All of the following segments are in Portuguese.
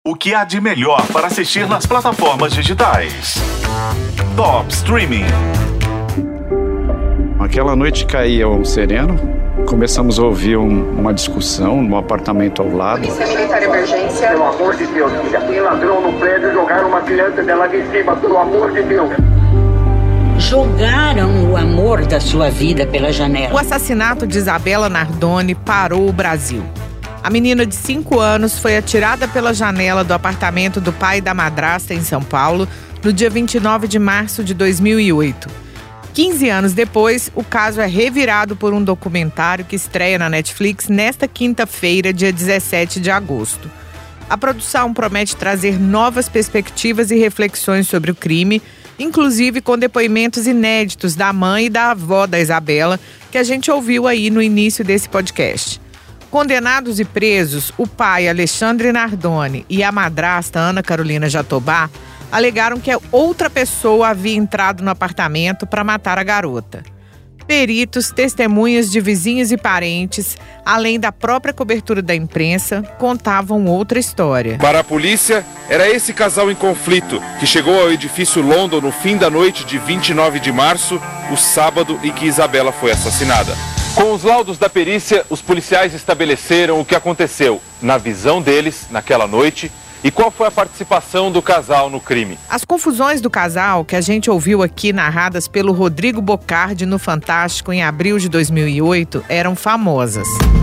O que há de melhor para assistir nas plataformas digitais? Top Streaming. Aquela noite caía um sereno. Começamos a ouvir uma discussão no apartamento ao lado. Secretária de emergência. Pelo amor de Deus, filha. Tem ladrão no prédio, jogaram uma criança dela de cima, pelo amor de Deus. Jogaram o amor da sua vida pela janela. O assassinato de Isabela Nardoni parou o Brasil. A menina de 5 anos foi atirada pela janela do apartamento do pai e da madrasta em São Paulo no dia 29 de março de 2008. 15 anos depois, o caso é revirado por um documentário que estreia na Netflix nesta quinta-feira, dia 17 de agosto. A produção promete trazer novas perspectivas e reflexões sobre o crime, inclusive com depoimentos inéditos da mãe e da avó da Isabela, que a gente ouviu aí no início desse podcast. Condenados e presos, o pai Alexandre Nardoni e a madrasta Ana Carolina Jatobá alegaram que outra pessoa havia entrado no apartamento para matar a garota. Peritos, testemunhas de vizinhos e parentes, além da própria cobertura da imprensa, contavam outra história. Para a polícia, era esse casal em conflito que chegou ao edifício London no fim da noite de 29 de março, o sábado em que Isabela foi assassinada. Com os laudos da perícia, os policiais estabeleceram o que aconteceu, na visão deles, naquela noite, e qual foi a participação do casal no crime. As confusões do casal, que a gente ouviu aqui narradas pelo Rodrigo Bocardi no Fantástico em abril de 2008, eram famosas.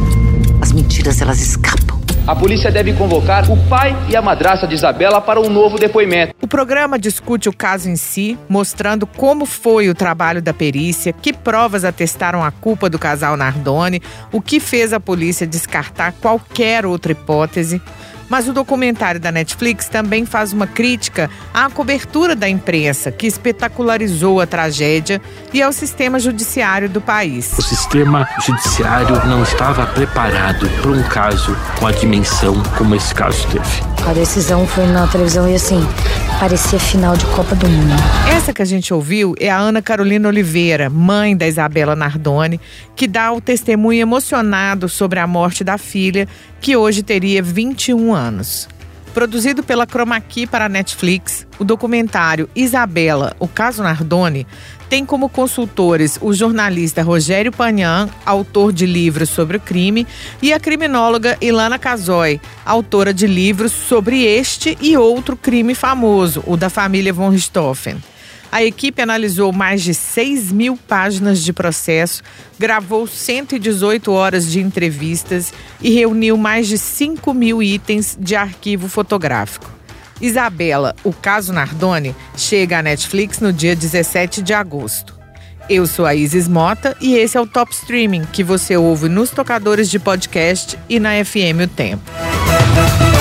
As mentiras, elas escapam. A polícia deve convocar o pai e a madrasta de Isabela para um novo depoimento. O programa discute o caso em si, mostrando como foi o trabalho da perícia, que provas atestaram a culpa do casal Nardoni, o que fez a polícia descartar qualquer outra hipótese. Mas o documentário da Netflix também faz uma crítica à cobertura da imprensa, que espetacularizou a tragédia, e ao sistema judiciário do país. O sistema judiciário não estava preparado para um caso com a dimensão como esse caso teve. A decisão foi na televisão e assim, parecia final de Copa do Mundo. Essa que a gente ouviu é a Ana Carolina Oliveira, mãe da Isabela Nardoni, que dá o testemunho emocionado sobre a morte da filha, que hoje teria 21 anos. Produzido pela Chroma Key para a Netflix, o documentário Isabela, o caso Nardoni, tem como consultores o jornalista Rogério Pagnan, autor de livros sobre o crime, e a criminóloga Ilana Casoy, autora de livros sobre este e outro crime famoso, o da família von Richthofen. A equipe analisou mais de 6.000 páginas de processo, gravou 118 horas de entrevistas e reuniu mais de 5.000 itens de arquivo fotográfico. Isabela, o caso Nardoni, chega à Netflix no dia 17 de agosto. Eu sou a Isis Mota e esse é o Top Streaming, que você ouve nos tocadores de podcast e na FM O Tempo.